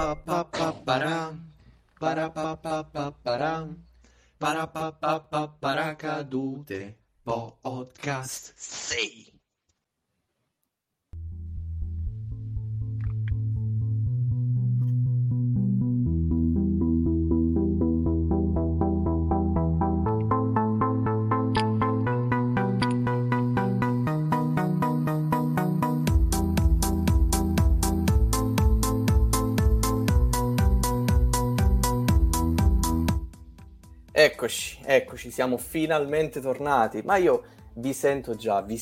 Parapapapapapara, parapapapapara, parapapapapara, podcast. Sì. Eccoci, siamo finalmente tornati, ma io vi sento,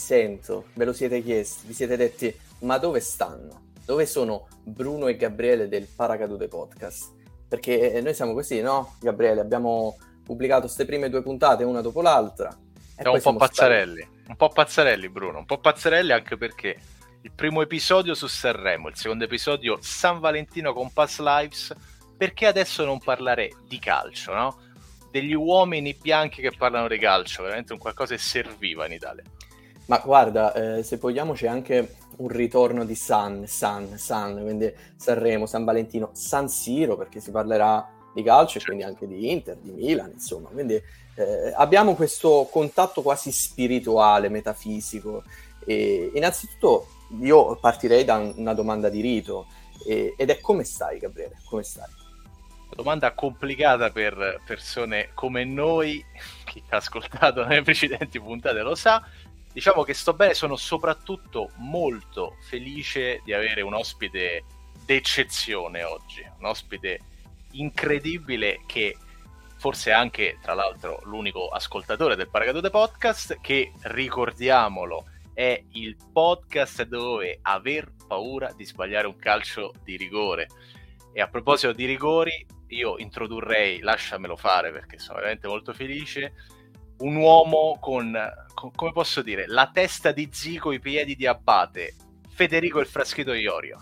ve lo siete chiesti, vi siete detti, ma dove stanno? Dove sono Bruno e Gabriele del Paracadute Podcast? Perché noi siamo così, no, Gabriele? Abbiamo pubblicato queste prime 2 puntate, una dopo l'altra. Siamo un po' pazzarelli, Bruno, un po' pazzarelli anche perché il primo episodio su Sanremo, il secondo episodio San Valentino con Past Lives, perché adesso non parlare di calcio, no? Degli uomini bianchi che parlano di calcio, veramente un qualcosa che serviva in Italia. Ma guarda, se vogliamo c'è anche un ritorno di San, quindi Sanremo, San Valentino, San Siro, perché si parlerà di calcio e quindi anche di Inter, di Milan, insomma. Quindi abbiamo questo contatto quasi spirituale, metafisico. E innanzitutto io partirei da una domanda di rito, ed è: come stai, Gabriele? Come stai? Domanda complicata per persone come noi, chi ha ascoltato nelle precedenti puntate lo sa. Diciamo che sto bene, sono soprattutto molto felice di avere un ospite d'eccezione oggi, un ospite incredibile che forse è anche, tra l'altro, l'unico ascoltatore del Paracadute Podcast, che, ricordiamolo, è il podcast dove aver paura di sbagliare un calcio di rigore. E a proposito di rigori, io introdurrei, lasciamelo fare perché sono veramente molto felice, un uomo con come posso dire, la testa di Zico, i piedi di Abate, Federico il Fraschito Iorio.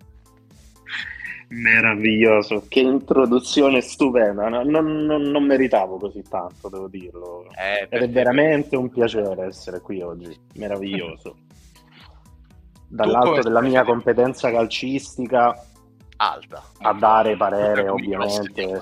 Meraviglioso, che introduzione stupenda, non meritavo così tanto, devo dirlo. Ed è veramente un piacere essere qui oggi, meraviglioso. Dall'alto della mia competenza calcistica alta a dare parere, ovviamente.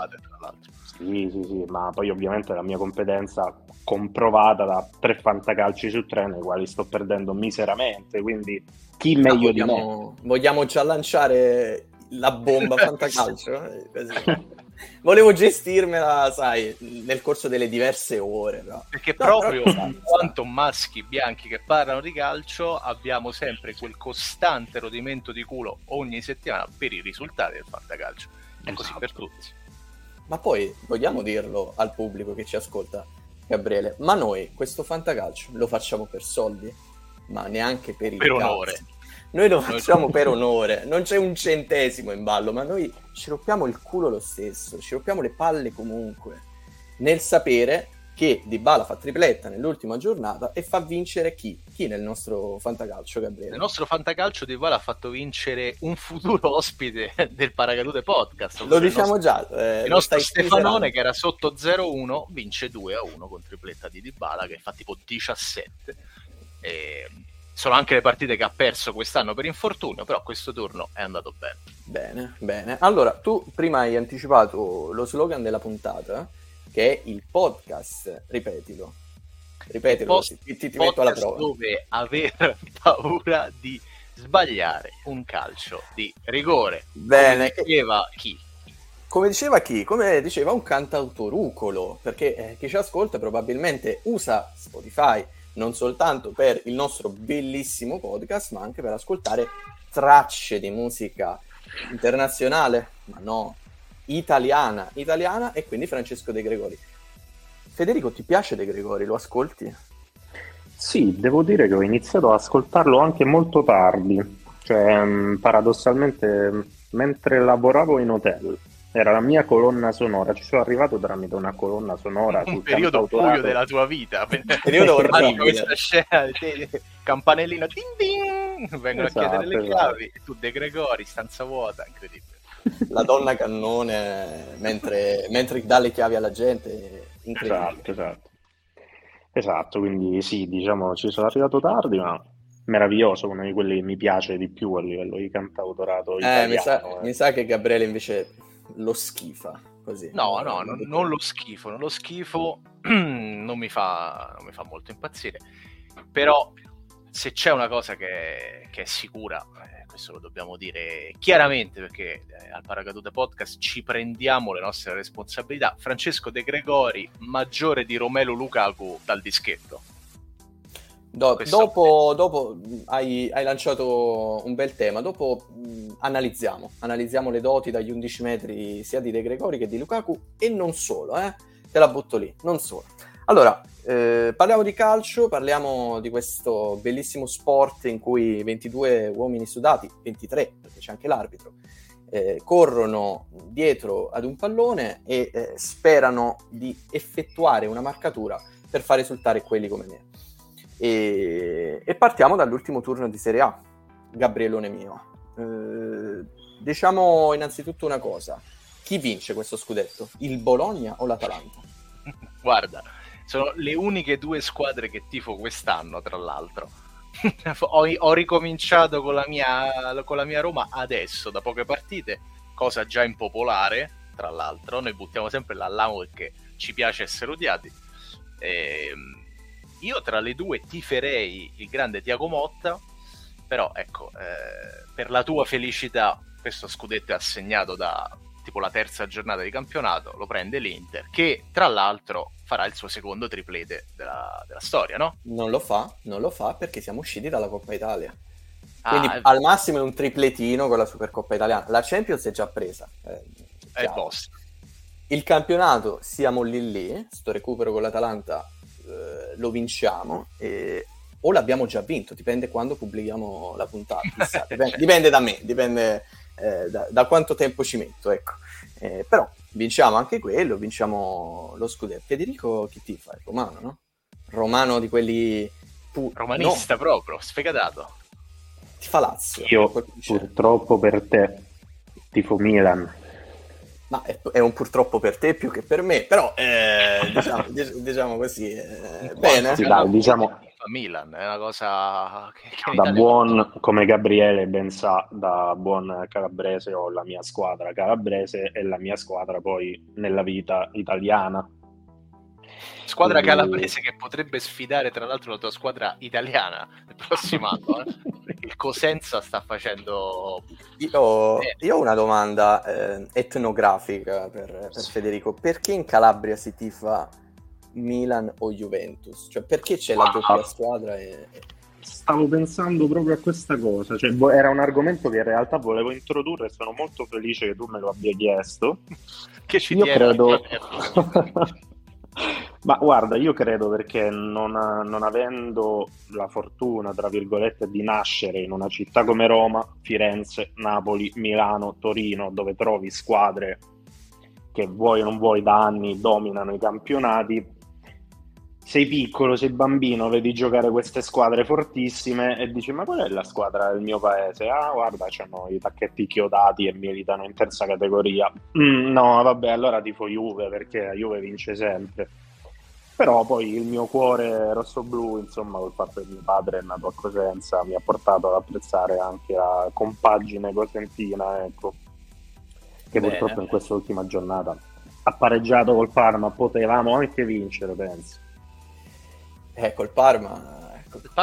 Sì, ma poi ovviamente la mia competenza comprovata da 3 fantacalci su 3 nei quali sto perdendo miseramente, quindi chi meglio di me? Vogliamo già lanciare la bomba fantacalcio? Volevo gestirmela, sai, nel corso delle diverse ore. Però. Perché proprio in quanto maschi bianchi che parlano di calcio abbiamo sempre quel costante rodimento di culo ogni settimana per i risultati del fantacalcio. È così per tutti. Ma poi vogliamo dirlo al pubblico che ci ascolta, Gabriele, ma noi questo fantacalcio lo facciamo per soldi, ma neanche per onore. Noi lo facciamo per onore, non c'è un centesimo in ballo, ma noi ci rompiamo il culo lo stesso, ci rompiamo le palle comunque, nel sapere che Dybala fa tripletta nell'ultima giornata e fa vincere chi? Chi nel nostro fantacalcio, Gabriele? Nel nostro fantacalcio Dybala ha fatto vincere un futuro ospite del Paracadute Podcast. Lo diciamo già. Il nostro Stefanone, che era sotto 0-1, vince 2-1 con tripletta di Dybala, che fa tipo 17. Sono anche le partite che ha perso quest'anno per infortunio, però questo turno è andato bene. Bene. Allora, tu prima hai anticipato lo slogan della puntata, che è il podcast, ripetilo, ti metto alla prova. Dove aver paura di sbagliare un calcio di rigore. Bene. Come diceva chi? Come diceva un cantautorucolo, perché chi ci ascolta probabilmente usa Spotify non soltanto per il nostro bellissimo podcast, ma anche per ascoltare tracce di musica internazionale, ma no, italiana, e quindi Francesco De Gregori. Federico, ti piace De Gregori? Lo ascolti? Sì, devo dire che ho iniziato ad ascoltarlo anche molto tardi, cioè paradossalmente mentre lavoravo in hotel. Era la mia colonna sonora, ci sono arrivato tramite una colonna sonora. Un periodo buio della tua vita. Periodo orribile. Questa scena, campanellino, ding ding, vengono a chiedere le chiavi, e tu De Gregori, stanza vuota, incredibile. La donna cannone mentre dà le chiavi alla gente, incredibile. Esatto, quindi sì, diciamo ci sono arrivato tardi, ma meraviglioso, uno di quelli che mi piace di più a livello di cantautorato italiano. Mi sa che Gabriele invece lo schifa, così. No, non lo schifo, non mi fa molto impazzire, però se c'è una cosa che è sicura, questo lo dobbiamo dire chiaramente, perché al Paracadute Podcast ci prendiamo le nostre responsabilità. Francesco De Gregori maggiore di Romelu Lukaku dal dischetto. Dopo hai lanciato un bel tema. Dopo analizziamo le doti dagli 11 metri sia di De Gregori che di Lukaku, e non solo, te la butto lì, non solo. Allora, parliamo di calcio, parliamo di questo bellissimo sport in cui 22 uomini sudati, 23 perché c'è anche l'arbitro, corrono dietro ad un pallone e sperano di effettuare una marcatura per far risultare quelli come me. E partiamo dall'ultimo turno di Serie A, Gabrielone mio. Diciamo innanzitutto una cosa: chi vince questo scudetto? Il Bologna o l'Atalanta? Guarda, sono le uniche due squadre che tifo quest'anno, tra l'altro. ho ricominciato con la mia Roma adesso, da poche partite, cosa già impopolare, tra l'altro. Noi buttiamo sempre l'allamo perché ci piace essere odiati. Io tra le due tiferei il grande Thiago Motta, però ecco, per la tua felicità questo scudetto è assegnato da tipo la terza giornata di campionato, lo prende l'Inter, che tra l'altro farà il suo secondo triplete della storia, no? Non lo fa perché siamo usciti dalla Coppa Italia. Quindi al massimo è un tripletino con la Supercoppa italiana. La Champions è già presa. È boss. Il campionato siamo lì, sto recupero con l'Atalanta lo vinciamo o l'abbiamo già vinto, dipende quando pubblichiamo la puntata, chissà, dipende da me, dipende da quanto tempo ci metto, ecco. Però vinciamo anche quello, vinciamo lo scudetto. Federico chi tifa? È romano, no? Romano di quelli romanista, no. Proprio sfegatato. Tifa Lazio. Io purtroppo per te tifo Milan. Ma è un purtroppo per te più che per me, però diciamo così. Bene. Sì, dai, diciamo Milan è una cosa che da buon, come Gabriele ben sa, da buon calabrese ho la mia squadra calabrese e la mia squadra poi nella vita italiana. Squadra calabrese che potrebbe sfidare tra l'altro la tua squadra italiana nel prossimo anno, perché il Cosenza sta facendo... Io ho una domanda etnografica per Federico: perché in Calabria si tifa Milan o Juventus? Cioè, perché c'è la doppia squadra? Stavo pensando proprio a questa cosa, cioè era un argomento che in realtà volevo introdurre e sono molto felice che tu me lo abbia chiesto. Che ci io credo ma guarda, io credo perché non avendo la fortuna, tra virgolette, di nascere in una città come Roma, Firenze, Napoli, Milano, Torino, dove trovi squadre che vuoi o non vuoi da anni dominano i campionati, sei piccolo, sei bambino, vedi giocare queste squadre fortissime e dici: ma qual è la squadra del mio paese? Ah, guarda, c'hanno i tacchetti chiodati e militano in terza categoria. No, vabbè, allora tifo Juve perché la Juve vince sempre. Però poi il mio cuore rossoblu, insomma, col fatto che mio padre è nato a Cosenza, mi ha portato ad apprezzare anche la compagine cosentina, ecco, che purtroppo in questa ultima giornata ha pareggiato col Parma. Potevamo anche vincere, penso. Col Parma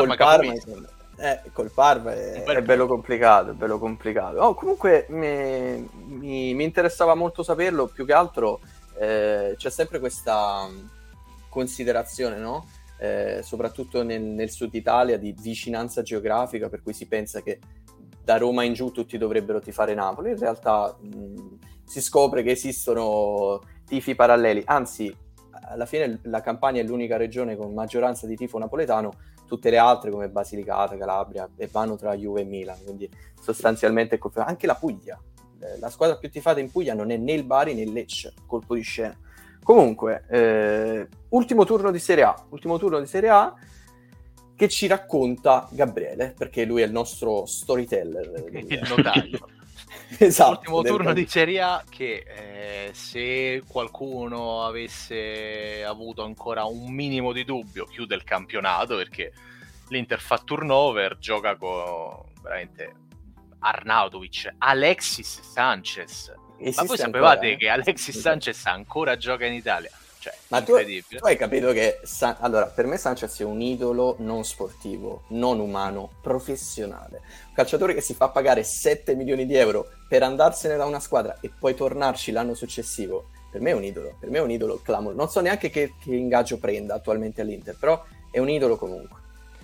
è bello complicato, Oh, comunque mi interessava molto saperlo, più che altro c'è sempre questa considerazione, no? Soprattutto nel sud Italia, di vicinanza geografica, per cui si pensa che da Roma in giù tutti dovrebbero tifare Napoli. In realtà si scopre che esistono tifi paralleli, anzi alla fine la Campania è l'unica regione con maggioranza di tifo napoletano, tutte le altre come Basilicata, Calabria vanno tra Juve e Milan, quindi sostanzialmente anche la Puglia, la squadra più tifata in Puglia non è né il Bari né il Lecce, colpo di scena. Comunque ultimo turno di Serie A che ci racconta Gabriele, perché lui è il nostro storyteller, il notaio. Esatto, l'ultimo turno di Serie A che se qualcuno avesse avuto ancora un minimo di dubbio chiude il campionato, perché l'Inter fa turnover, gioca con veramente Arnautovic, Alexis Sanchez. Ma voi sapevate che Alexis Sanchez ancora gioca in Italia? Cioè, ma incredibile. Tu hai capito che allora, per me Sanchez è un idolo non sportivo, non umano, professionale. Un calciatore che si fa pagare 7 milioni di euro per andarsene da una squadra e poi tornarci l'anno successivo. Per me è un idolo clamoroso. Non so neanche che ingaggio prenda attualmente all'Inter, però è un idolo comunque.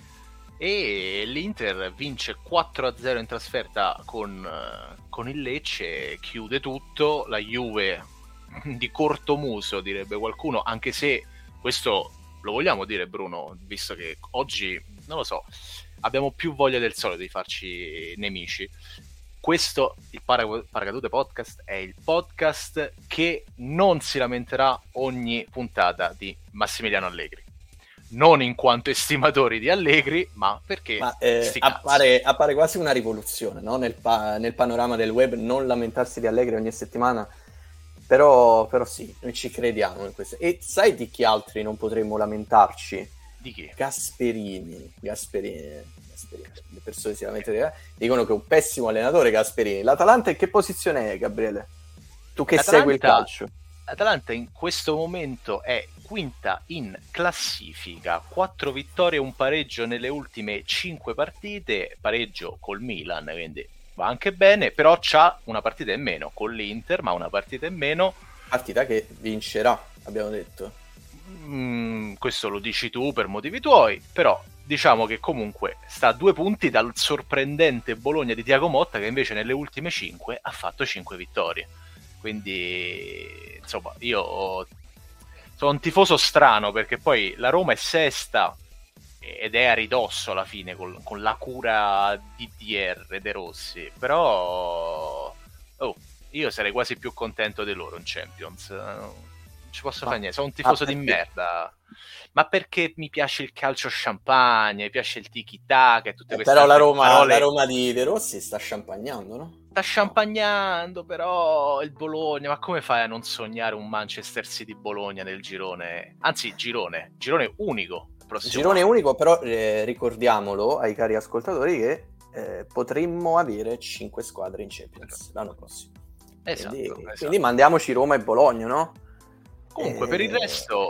E l'Inter vince 4-0 in trasferta con il Lecce, chiude tutto. La Juve di cortomuso, direbbe qualcuno, anche se questo lo vogliamo dire, Bruno, visto che oggi, non lo so, abbiamo più voglia del solito di farci nemici. Questo, il Paracadute Podcast, è il podcast che non si lamenterà ogni puntata di Massimiliano Allegri. Non in quanto estimatori di Allegri, ma perché appare quasi una rivoluzione, no? Nel panorama del web non lamentarsi di Allegri ogni settimana, però sì, noi ci crediamo in questo. E sai di chi altri non potremmo lamentarci? Di chi? Gasperini. Le persone si lamentano, dicono che è un pessimo allenatore Gasperini. L'Atalanta in che posizione è, Gabriele? Tu che segui il calcio. L'Atalanta in questo momento è quinta in classifica, 4 vittorie e un pareggio nelle ultime 5 partite, pareggio col Milan, quindi va anche bene, però c'ha una partita in meno con l'Inter, ma una partita in meno. Partita che vincerà, abbiamo detto. Questo lo dici tu per motivi tuoi, però diciamo che comunque sta a 2 punti dal sorprendente Bologna di Thiago Motta, che invece nelle ultime 5 ha fatto 5 vittorie. Quindi, insomma, io sono un tifoso strano, perché poi la Roma è sesta ed è a ridosso alla fine con la cura di DR De Rossi, però io sarei quasi più contento di loro in Champions. Non ci posso fare niente, sono un tifoso di merda, ma perché mi piace il calcio champagne, mi piace il tiki-taka e tutte queste però la Roma di De Rossi sta champagnando, no? Sta champagnando, però il Bologna, ma come fai a non sognare un Manchester City Bologna nel girone? Anzi, girone unico. Girone unico, però ricordiamolo ai cari ascoltatori che potremmo avere 5 squadre in Champions l'anno prossimo. Esatto. Quindi mandiamoci Roma e Bologna, no? Comunque per il resto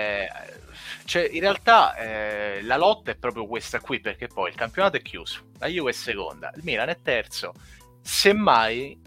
cioè, in realtà la lotta è proprio questa qui, perché poi il campionato è chiuso, la Juve è seconda, il Milan è terzo. Semmai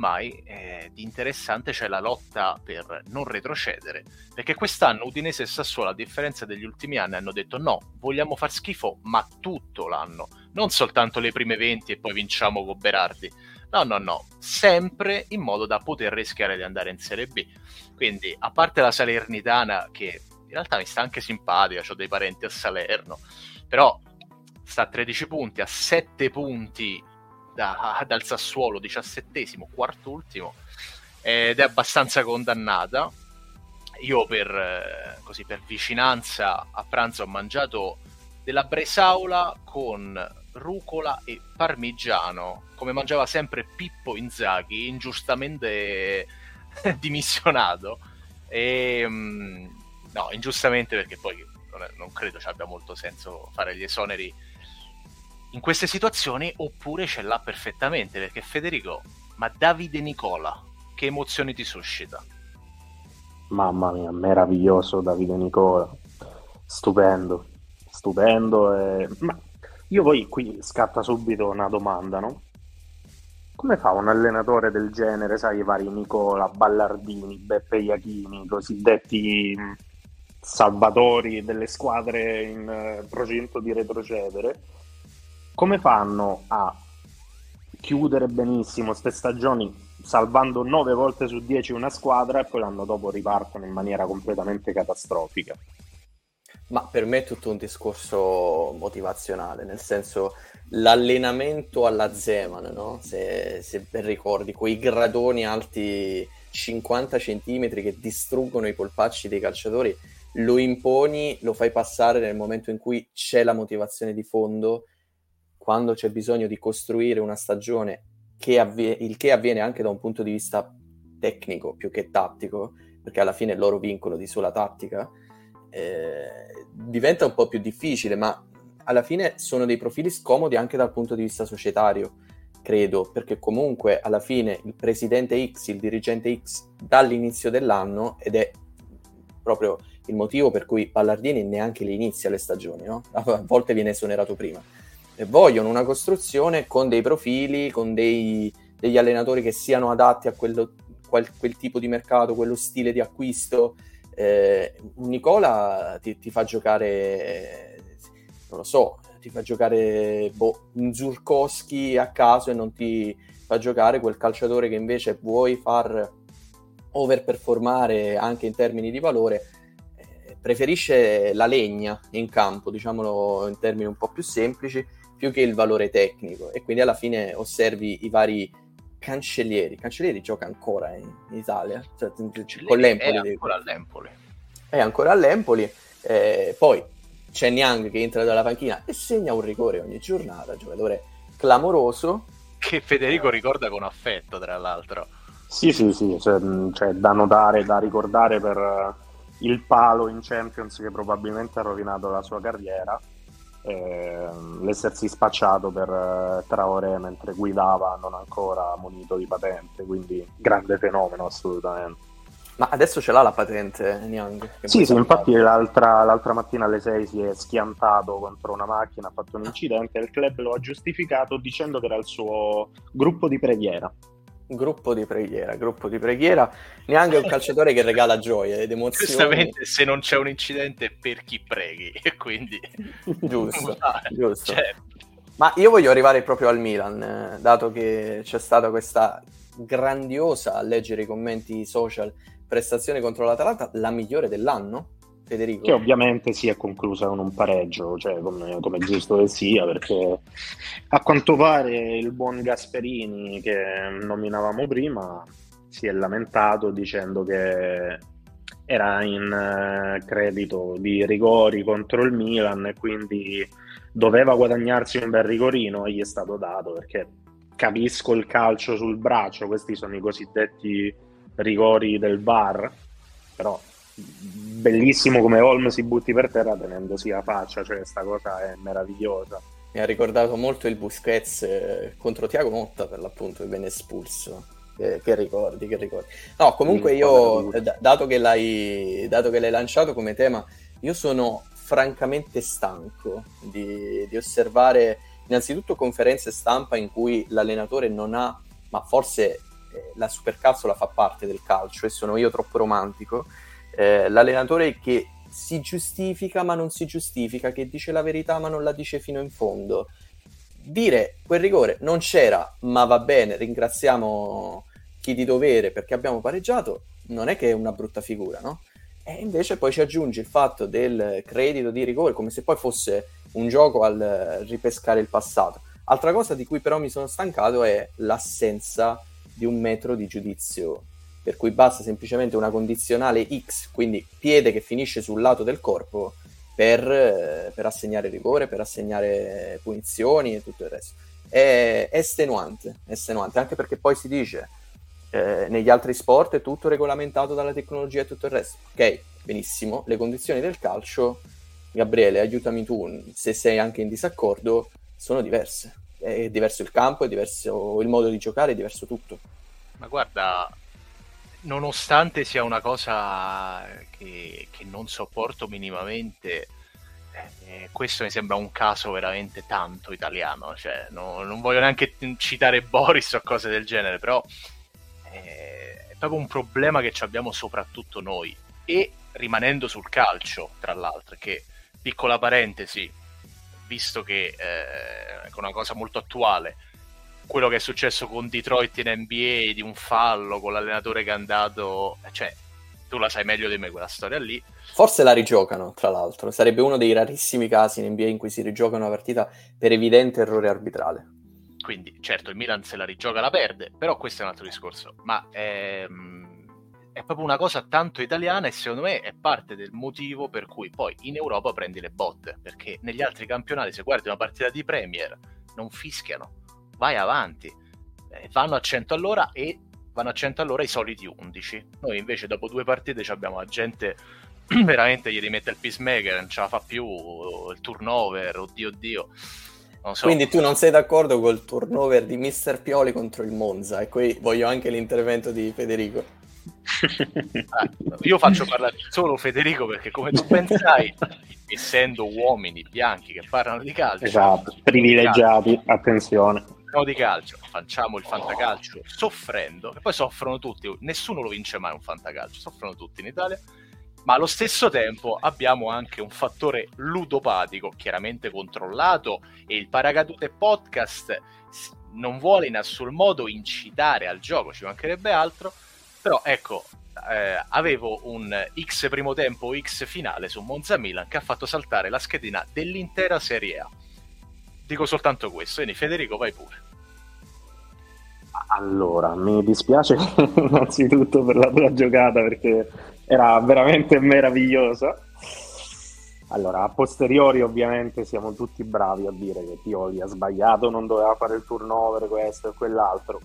di interessante c'è la lotta per non retrocedere, perché quest'anno Udinese e Sassuolo, a differenza degli ultimi anni, hanno detto no, vogliamo far schifo ma tutto l'anno, non soltanto le prime 20 e poi vinciamo con Berardi, no, sempre in modo da poter rischiare di andare in Serie B. Quindi, a parte la Salernitana, che in realtà mi sta anche simpatica, ho dei parenti a Salerno, però sta a 13 punti, a 7 punti dal Sassuolo, 17esimo, quarto ultimo, ed è abbastanza condannata. Io per vicinanza a pranzo ho mangiato della bresaola con rucola e parmigiano, come mangiava sempre Pippo Inzaghi, ingiustamente dimissionato. No, ingiustamente, perché poi non credo ci abbia molto senso fare gli esoneri in queste situazioni, oppure ce l'ha perfettamente, perché Federico, ma Davide Nicola, che emozioni ti suscita? Mamma mia, meraviglioso Davide Nicola, stupendo. Ma io poi qui scatta subito una domanda, no? Come fa un allenatore del genere, sai, i vari Nicola, Ballardini, Beppe Iachini, cosiddetti salvatori delle squadre in procinto di retrocedere, come fanno a chiudere benissimo ste stagioni salvando 9 volte su 10 una squadra e poi l'anno dopo ripartono in maniera completamente catastrofica? Ma per me è tutto un discorso motivazionale, nel senso, l'allenamento alla Zeman, no? Se ben ricordi, quei gradoni alti 50 centimetri che distruggono i polpacci dei calciatori, lo imponi, lo fai passare nel momento in cui c'è la motivazione di fondo, quando c'è bisogno di costruire una stagione, il che avviene anche da un punto di vista tecnico più che tattico, perché alla fine loro vincono di sola tattica, diventa un po' più difficile, ma alla fine sono dei profili scomodi anche dal punto di vista societario, credo, perché comunque alla fine il presidente X, il dirigente X dall'inizio dell'anno, ed è proprio il motivo per cui Ballardini neanche le inizia le stagioni, no? A volte viene esonerato prima, e vogliono una costruzione con dei profili, con degli allenatori che siano adatti a quel tipo di mercato, quello stile di acquisto. Nicola ti fa giocare, non lo so, ti fa giocare un Zurkowski a caso e non ti fa giocare quel calciatore che invece vuoi far overperformare anche in termini di valore. Preferisce la legna in campo, diciamolo in termini un po' più semplici, più che il valore tecnico, e quindi alla fine osservi i vari Cancellieri gioca ancora in Italia, cioè, con l'Empoli. È ancora all'Empoli. Poi c'è Niang che entra dalla panchina e segna un rigore ogni giornata, giocatore clamoroso che Federico ricorda con affetto, tra l'altro. Sì, cioè da notare, da ricordare per il palo in Champions che probabilmente ha rovinato la sua carriera, l'essersi spacciato per Traoré mentre guidava non ancora munito di patente, quindi grande fenomeno assolutamente. Ma adesso ce l'ha la patente Niang? Sì, infatti l'altra mattina alle 6 si è schiantato contro una macchina, ha fatto un incidente e il club lo ha giustificato dicendo che era il suo gruppo di preghiera. Gruppo di preghiera. Niang è un calciatore che regala gioie ed emozioni. Giustamente, se non c'è un incidente, per chi preghi, e quindi giusto. Certo. Ma io voglio arrivare proprio al Milan, dato che c'è stata questa grandiosa, a leggere i commenti social, prestazione contro l'Atalanta, la migliore dell'anno, Federico? Che ovviamente si è conclusa con un pareggio, cioè come giusto che sia, perché a quanto pare il buon Gasperini, che nominavamo prima, si è lamentato dicendo che era in credito di rigori contro il Milan e quindi doveva guadagnarsi un bel rigorino, e gli è stato dato, perché capisco il calcio sul braccio, questi sono i cosiddetti rigori del VAR, però bellissimo come Holm si butti per terra tenendosi la faccia, cioè sta cosa è meravigliosa. Mi ha ricordato molto il Busquets contro Thiago Motta, per l'appunto, che venne espulso. Che ricordi. No, comunque io, dato che l'hai lanciato come tema, io sono francamente stanco di osservare innanzitutto conferenze stampa in cui l'allenatore non ha, ma forse la supercazzola fa parte del calcio e sono io troppo romantico, l'allenatore che si giustifica ma non si giustifica, che dice la verità ma non la dice fino in fondo. Dire quel rigore non c'era, ma va bene, ringraziamo chi di dovere perché abbiamo pareggiato, non è che è una brutta figura, no? E invece poi ci aggiunge il fatto del credito di rigore, come se poi fosse un gioco al ripescare il passato. Altra cosa di cui però mi sono stancato è l'assenza di un metro di giudizio, per cui basta semplicemente una condizionale X, quindi piede che finisce sul lato del corpo, per assegnare rigore, per assegnare punizioni e tutto il resto. È estenuante, anche perché poi si dice negli altri sport è tutto regolamentato dalla tecnologia e tutto il resto. Ok, benissimo, le condizioni del calcio, Gabriele, aiutami tu, se sei anche in disaccordo, sono diverse. È diverso il campo, è diverso il modo di giocare, è diverso tutto. Ma guarda, nonostante sia una cosa che non sopporto minimamente, questo mi sembra un caso veramente tanto italiano, cioè non voglio neanche citare Boris o cose del genere, però è proprio un problema che abbiamo soprattutto noi. E rimanendo sul calcio, tra l'altro, che, piccola parentesi, visto che è una cosa molto attuale, quello che è successo con Detroit in NBA, di un fallo con l'allenatore che è andato, cioè tu la sai meglio di me quella storia lì. Forse la rigiocano, tra l'altro, sarebbe uno dei rarissimi casi in NBA in cui si rigioca una partita per evidente errore arbitrale. Quindi certo il Milan se la rigioca la perde, però questo è un altro discorso, ma è proprio una cosa tanto italiana e secondo me è parte del motivo per cui poi in Europa prendi le botte, perché negli altri campionati, se guardi una partita di Premier, non fischiano, vai avanti, vanno a 100 all'ora e vanno a 100 all'ora i soliti 11. Noi invece dopo 2 partite abbiamo la gente veramente gli rimette il pacemaker, non ce la fa più, il turnover, oddio. Non so. Quindi tu non sei d'accordo col turnover di Mister Pioli contro il Monza, e qui voglio anche l'intervento di Federico. Io faccio parlare solo Federico perché, come tu pensai, essendo uomini bianchi che parlano di calcio, esatto, privilegiati, attenzione, di calcio, facciamo il fantacalcio soffrendo, e poi soffrono tutti, nessuno lo vince mai un fantacalcio, soffrono tutti in Italia, ma allo stesso tempo abbiamo anche un fattore ludopatico chiaramente controllato, e il Paracadute Podcast non vuole in assul modo incitare al gioco, ci mancherebbe altro, però ecco, avevo un X primo tempo, X finale su Monza Milan che ha fatto saltare la schedina dell'intera Serie A. Dico soltanto questo, quindi Federico vai pure. Allora, mi dispiace innanzitutto per la tua giocata, perché era veramente meravigliosa. Allora, a posteriori ovviamente siamo tutti bravi a dire che Pioli ha sbagliato, non doveva fare il turnover, questo e quell'altro.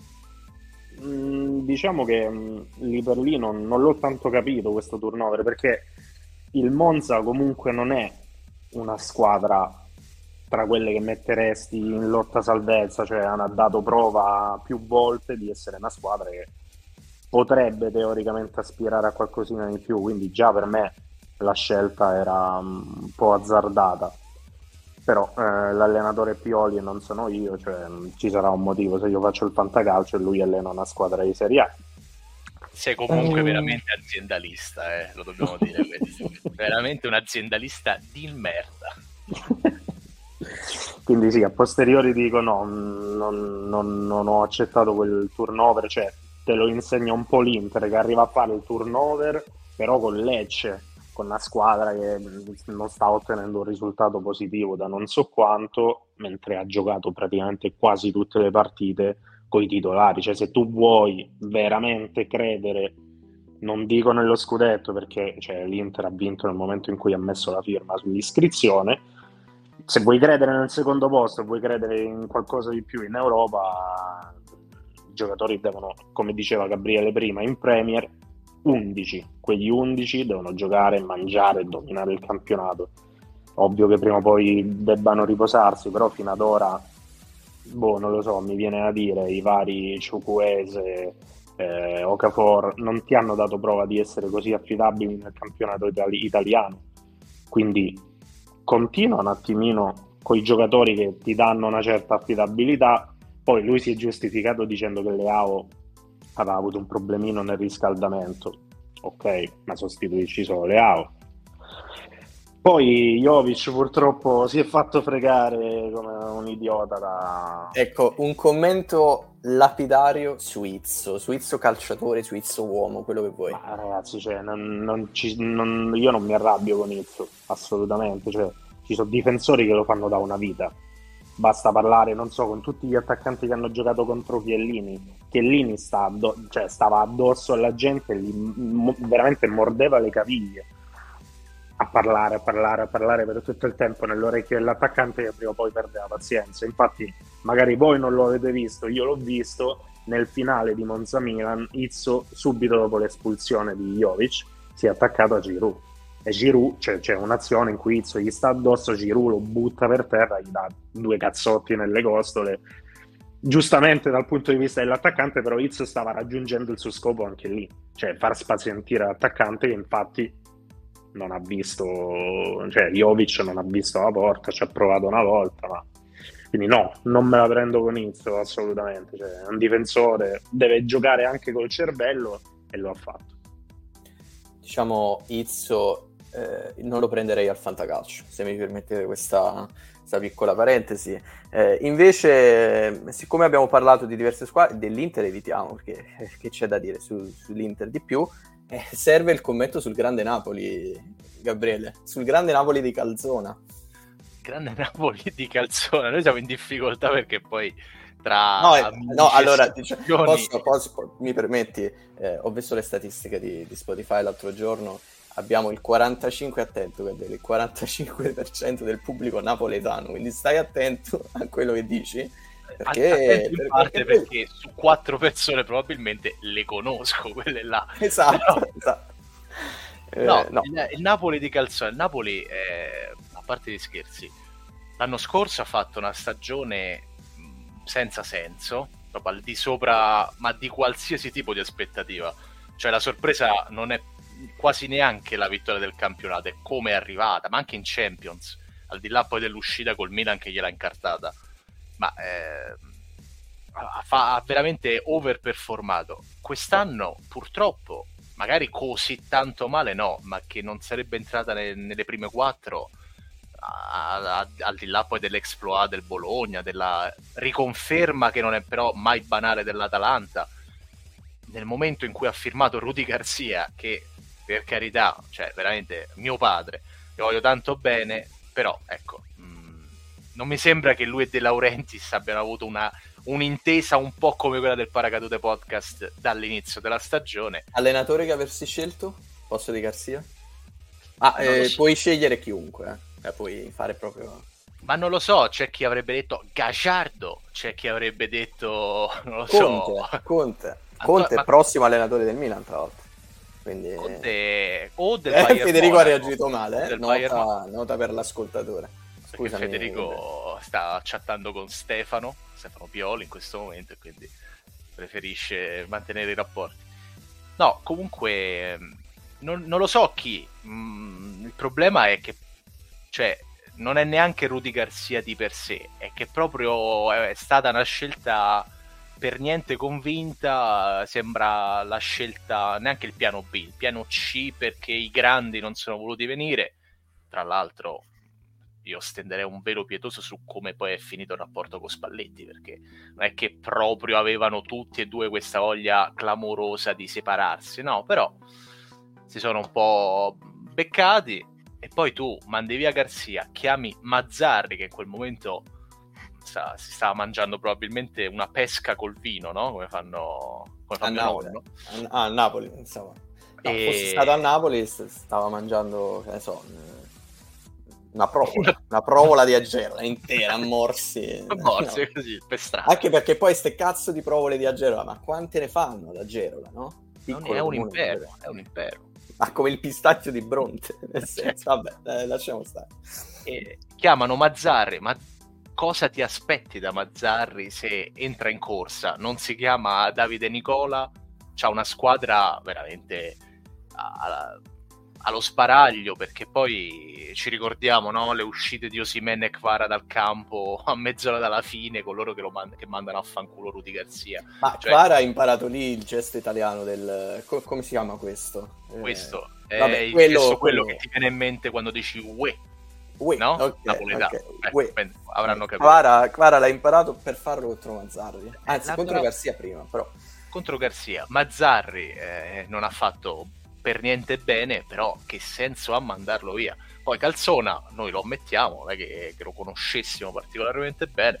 Diciamo che lì per lì non l'ho tanto capito questo turnover, perché il Monza comunque non è una squadra tra quelle che metteresti in lotta salvezza, cioè ha dato prova più volte di essere una squadra che potrebbe teoricamente aspirare a qualcosina di più, quindi già per me la scelta era un po' azzardata. Però l'allenatore Pioli e non sono io, cioè ci sarà un motivo se io faccio il fantacalcio e lui allena una squadra di Serie A. Sei comunque veramente aziendalista, lo dobbiamo dire, veramente un aziendalista di merda. Quindi sì, a posteriori dico no, non ho accettato quel turnover, cioè te lo insegna un po' l'Inter che arriva a fare il turnover, però con Lecce, con una squadra che non sta ottenendo un risultato positivo da non so quanto, mentre ha giocato praticamente quasi tutte le partite con i titolari. Cioè, se tu vuoi veramente credere, non dico nello scudetto, perché cioè, l'Inter ha vinto nel momento in cui ha messo la firma sull'iscrizione, se vuoi credere nel secondo posto, vuoi credere in qualcosa di più in Europa, i giocatori devono, come diceva Gabriele prima, in Premier 11, quegli 11 devono giocare, mangiare e dominare il campionato. Ovvio che prima o poi debbano riposarsi, però fino ad ora non lo so, mi viene a dire i vari Ciucuese, Okafor non ti hanno dato prova di essere così affidabili nel campionato italiano, quindi continua un attimino con i giocatori che ti danno una certa affidabilità. Poi lui si è giustificato dicendo che Leao aveva avuto un problemino nel riscaldamento, ok, ma sostituisci solo Leao. Poi Jovic purtroppo si è fatto fregare come un idiota da... Ecco, un commento lapidario su Izzo calciatore, su Izzo uomo, quello che vuoi. Ma ragazzi, cioè, io non mi arrabbio con Izzo, assolutamente, cioè, ci sono difensori che lo fanno da una vita. Basta parlare, non so, con tutti gli attaccanti che hanno giocato contro Chiellini stava addosso alla gente e veramente mordeva le caviglie a parlare per tutto il tempo nell'orecchio dell'attaccante, che prima o poi perde la pazienza. Infatti magari voi non lo avete visto, io l'ho visto nel finale di Monza Milan. Izzo, subito dopo l'espulsione di Jovic, si è attaccato a Giroud, e Giroud, cioè, c'è un'azione in cui Izzo gli sta addosso, Giroud lo butta per terra, gli dà 2 cazzotti nelle costole, giustamente dal punto di vista dell'attaccante, però Izzo stava raggiungendo il suo scopo anche lì, cioè far spazientire l'attaccante, che infatti non ha visto, cioè Jovic non ha visto la porta, ci ha provato una volta, ma quindi no, non me la prendo con Izzo assolutamente, cioè è un difensore, deve giocare anche col cervello e lo ha fatto. Diciamo Izzo non lo prenderei al fantacalcio, se mi permettete questa piccola parentesi. Invece, siccome abbiamo parlato di diverse squadre, dell'Inter evitiamo, perché che c'è da dire sull'Inter di più, serve il commento sul grande Napoli, Gabriele, sul grande Napoli di Calzona. Grande Napoli di Calzona, noi siamo in difficoltà perché poi tra allora posso, mi permetti, ho visto le statistiche di Spotify l'altro giorno, abbiamo il 45%, attento Gabriele, il 45% del pubblico napoletano, quindi stai attento a quello che dici, perché su 4 persone probabilmente le conosco quelle là. Esatto. No. Il Napoli di calcio, il Napoli, a parte gli scherzi, l'anno scorso ha fatto una stagione senza senso, proprio al di sopra, ma di qualsiasi tipo di aspettativa. Cioè la sorpresa non è quasi neanche la vittoria del campionato, è come è arrivata, ma anche in Champions, al di là poi dell'uscita col Milan che gliel'ha incartata, ma ha veramente overperformato. Quest'anno purtroppo magari così tanto male no, ma che non sarebbe entrata nelle prime 4, al di là poi dell'exploit del Bologna, della riconferma che non è però mai banale dell'Atalanta. Nel momento in cui ha firmato Rudy Garcia, che per carità, cioè veramente mio padre, lo voglio tanto bene, però ecco, non mi sembra che lui e De Laurentiis abbiano avuto un'intesa un po' come quella del Paracadute Podcast dall'inizio della stagione. Allenatore che avresti scelto? Posto di Garcia? So. Puoi scegliere chiunque, puoi fare proprio... Ma non lo so, c'è chi avrebbe detto Gagliardo, c'è chi avrebbe detto, non lo so... Conte è prossimo allenatore del Milan, tra l'altro. Quindi... Conte o del Bayern Federico ha reagito male, nota per l'ascoltatore. Scusami, Federico sta chattando con Stefano Pioli in questo momento e quindi preferisce mantenere i rapporti. No, comunque non lo so chi. Il problema è che, cioè, non è neanche Rudy Garcia di per sé, è che proprio è stata una scelta per niente convinta. Sembra la scelta, neanche il piano B, il piano C, perché i grandi non sono voluti venire. Tra l'altro io stenderei un velo pietoso su come poi è finito il rapporto con Spalletti, perché non è che proprio avevano tutti e due questa voglia clamorosa di separarsi, no, però si sono un po' beccati. E poi tu mandi via Garcia, chiami Mazzarri, che in quel momento si stava mangiando probabilmente una pesca col vino, no? Come fanno a Napoli, no? A Napoli, insomma. No, fosse stato a Napoli stava mangiando, che ne so, una provola di Agerola intera a morsi. Morsi, così, per strada. Anche perché poi ste cazzo di provole di Agerola, ma quante ne fanno ad Agerola, no? È un impero. Ma come il pistacchio di Bronte, nel senso, vabbè, lasciamo stare. E chiamano Mazzarri, ma cosa ti aspetti da Mazzarri se entra in corsa? Non si chiama Davide Nicola, c'ha una squadra veramente allo sparaglio, perché poi ci ricordiamo, no? Le uscite di Osimhen e Kvara dal campo a mezz'ora dalla fine, con loro che mandano a fanculo Rudy Garcia. Ma cioè, Kvara ha imparato lì il gesto italiano del... come si chiama questo? Questo è quello che ti viene in mente quando dici uè, no? Okay, napoletano. Okay. Avranno capito. Kvara l'ha imparato per farlo contro Mazzarri, anzi contro Garcia prima, però. Contro Garcia. Mazzarri non ha fatto per niente bene, però che senso ha mandarlo via? Poi Calzona noi lo ammettiamo, non è che lo conoscessimo particolarmente bene,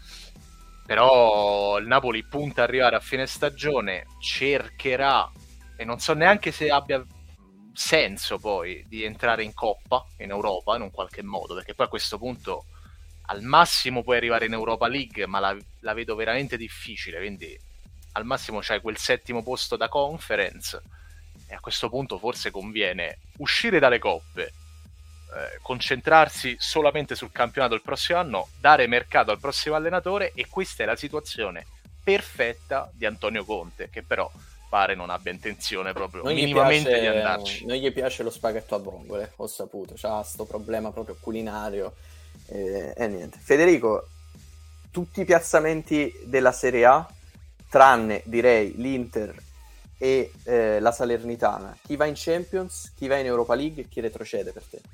però il Napoli punta ad arrivare a fine stagione, cercherà, e non so neanche se abbia senso poi, di entrare in Coppa in Europa in un qualche modo, perché poi a questo punto al massimo puoi arrivare in Europa League, ma la vedo veramente difficile, quindi al massimo c'hai quel 7° posto da Conference. E a questo punto forse conviene uscire dalle coppe, concentrarsi solamente sul campionato il prossimo anno, dare mercato al prossimo allenatore, e questa è la situazione perfetta di Antonio Conte, che però pare non abbia intenzione proprio minimamente di andarci. Non gli piace lo spaghetto a vongole, ho saputo, c'ha sto problema proprio culinario e niente. Federico, tutti i piazzamenti della Serie A, tranne direi l'Inter e la Salernitana, chi va in Champions, chi va in Europa League e chi retrocede per te?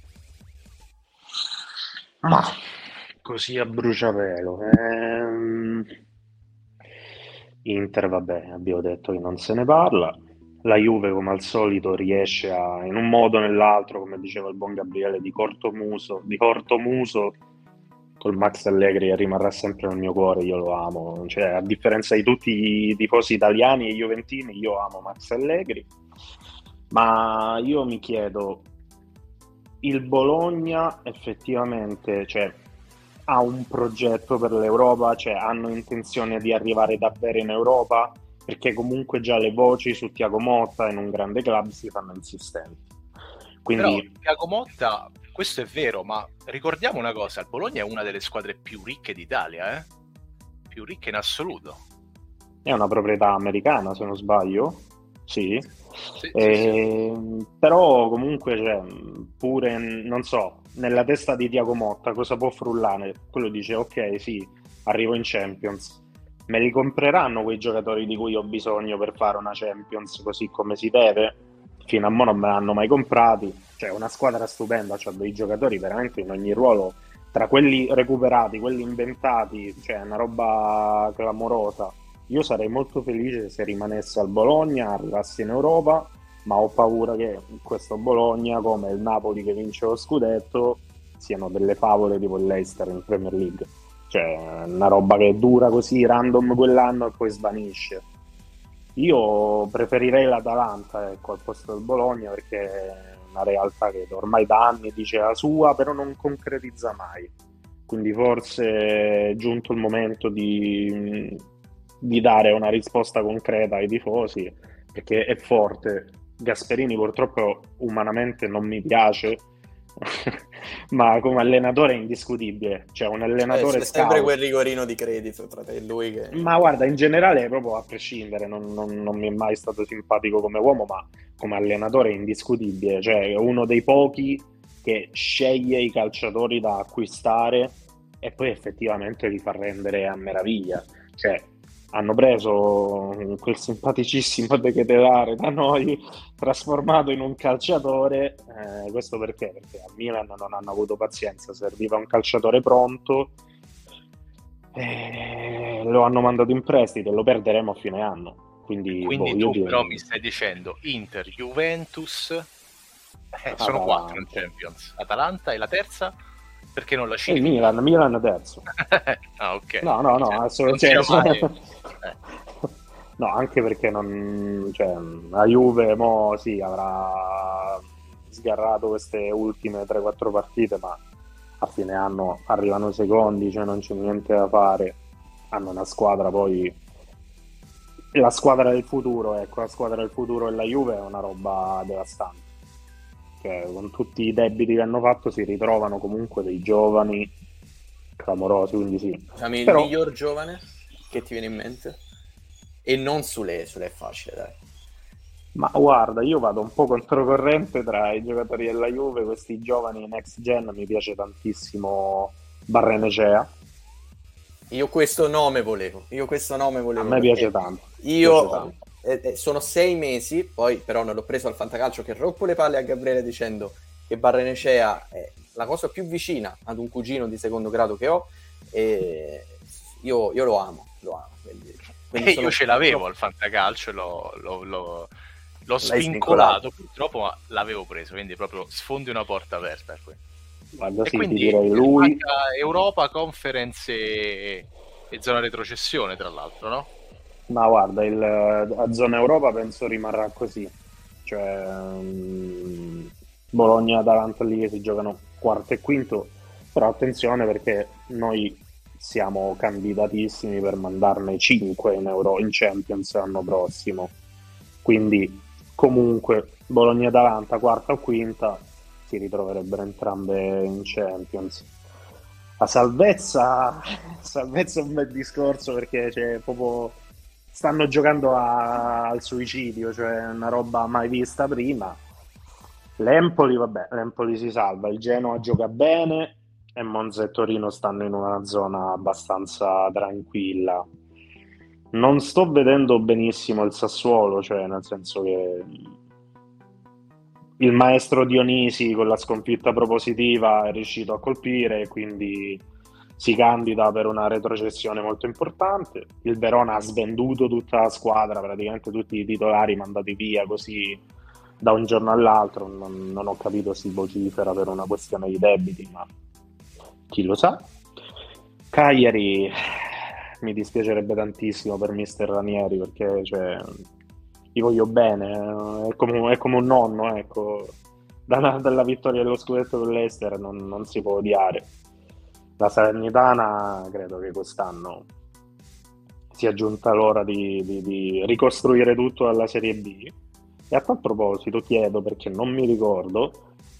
Ma così a bruciapelo, Inter, vabbè, abbiamo detto che non se ne parla. La Juve, come al solito, riesce in un modo o nell'altro, come diceva il buon Gabriele, di cortomuso col Max Allegri rimarrà sempre nel mio cuore, io lo amo, cioè, a differenza di tutti i tifosi italiani e juventini, io amo Max Allegri. Ma io mi chiedo, il Bologna effettivamente, cioè, ha un progetto per l'Europa, cioè hanno intenzione di arrivare davvero in Europa, perché comunque già le voci su Thiago Motta in un grande club si fanno insistenti. Quindi... Però Thiago Motta, questo è vero, ma ricordiamo una cosa, il Bologna è una delle squadre più ricche d'Italia, più ricche in assoluto. È una proprietà americana, se non sbaglio. Sì. Sì. Però comunque, cioè, pure, non so, nella testa di Thiago Motta cosa può frullare? Quello dice, ok, sì, arrivo in Champions. Me li compreranno quei giocatori di cui ho bisogno per fare una Champions così come si deve? Fino a mo' non me l'hanno mai comprati. Cioè, una squadra stupenda, c'ha dei giocatori veramente in ogni ruolo, tra quelli recuperati, quelli inventati, cioè una roba clamorosa. Io sarei molto felice se rimanesse al Bologna, arrivasse in Europa, ma ho paura che questo Bologna, come il Napoli che vince lo scudetto, siano delle favole tipo il Leicester in Premier League. Cioè, una roba che dura così random quell'anno e poi svanisce. Io preferirei l'Atalanta, ecco, al posto del Bologna, perché è una realtà che ormai da anni dice la sua, però non concretizza mai. Quindi forse è giunto il momento di dare una risposta concreta ai tifosi, perché è forte. Gasperini purtroppo umanamente non mi piace, ma come allenatore è indiscutibile, cioè un allenatore c'è sempre quel rigorino di credito tra te e lui che... Ma guarda, in generale proprio a prescindere non mi è mai stato simpatico come uomo, ma come allenatore è indiscutibile, cioè è uno dei pochi che sceglie i calciatori da acquistare e poi effettivamente li fa rendere a meraviglia. Cioè hanno preso quel simpaticissimo De Ketelaere da noi, trasformato in un calciatore, questo perché? Perché a Milan non hanno avuto pazienza, serviva un calciatore pronto, lo hanno mandato in prestito e lo perderemo a fine anno. Quindi tu però mi stai dicendo Inter, Juventus, sono 4 in Champions, Atalanta e la terza? Perché non la citi? Il Milan terzo. Ah, ok. No, assolutamente. No, anche perché la Juve mo sì, avrà sgarrato queste ultime 3-4 partite, ma a fine anno arrivano secondi, cioè non c'è niente da fare. Hanno una squadra, poi la squadra del futuro, ecco, la squadra del futuro della Juve è una roba devastante. Con tutti i debiti che hanno fatto si ritrovano comunque dei giovani clamorosi, quindi sì. Il miglior giovane che ti viene in mente? E non Sule è facile, dai. Ma guarda, io vado un po' controcorrente tra i giocatori della Juve, questi giovani next gen, mi piace tantissimo Barrenechea. Io questo nome volevo. A me piace tanto. Sono 6 mesi, poi però non l'ho preso al fantacalcio, che rompo le palle a Gabriele dicendo che Barrenechea è la cosa più vicina ad un cugino di secondo grado che ho, e io lo amo. Quindi io ce l'avevo al fantacalcio, l'ho svincolato purtroppo, ma l'avevo preso, quindi proprio sfondi una porta aperta qui. Guarda, e sì, quindi ti direi lui Europa, Conference e zona retrocessione, tra l'altro, no? Ma guarda, a zona Europa penso rimarrà così, cioè Bologna e Atalanta lì che si giocano quarto e quinto, però attenzione perché noi siamo candidatissimi per mandarne 5 in Champions l'anno prossimo, quindi comunque Bologna e Atalanta quarta o quinta si ritroverebbero entrambe in Champions. La salvezza è un bel discorso, perché c'è proprio... stanno giocando al suicidio, cioè una roba mai vista prima. L'Empoli si salva, il Genoa gioca bene e Monza e Torino stanno in una zona abbastanza tranquilla. Non sto vedendo benissimo il Sassuolo, cioè nel senso che il maestro Dionisi con la sconfitta propositiva è riuscito a colpire, quindi si candida per una retrocessione molto importante. Il Verona ha svenduto tutta la squadra, praticamente tutti i titolari mandati via così da un giorno all'altro. Non ho capito se si vocifera per una questione di debiti, ma chi lo sa. Cagliari, mi dispiacerebbe tantissimo per mister Ranieri, perché gli voglio bene, è come un nonno, ecco. Dalla vittoria dello scudetto con l'Ester non si può odiare. La Salernitana credo che quest'anno sia giunta l'ora di ricostruire tutto alla Serie B. E a tal proposito chiedo, perché non mi ricordo,